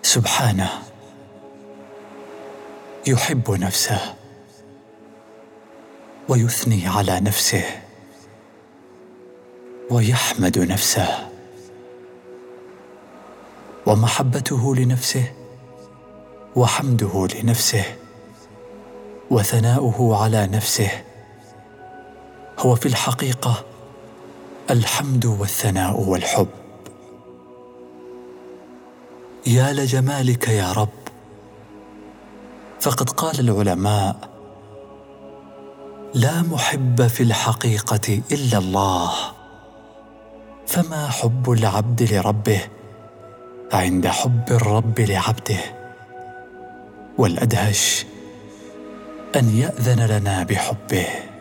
سبحانه يحب نفسه ويثني على نفسه ويحمد نفسه، ومحبته لنفسه وحمده لنفسه وثناؤه على نفسه هو في الحقيقة الحمد والثناء والحب. يا لجمالك يا رب، فقد قال العلماء: لا محب في الحقيقة إلا الله، فما حب العبد لربه عند حب الرب لعبده؟ والأدهش أن يأذن لنا بحبه.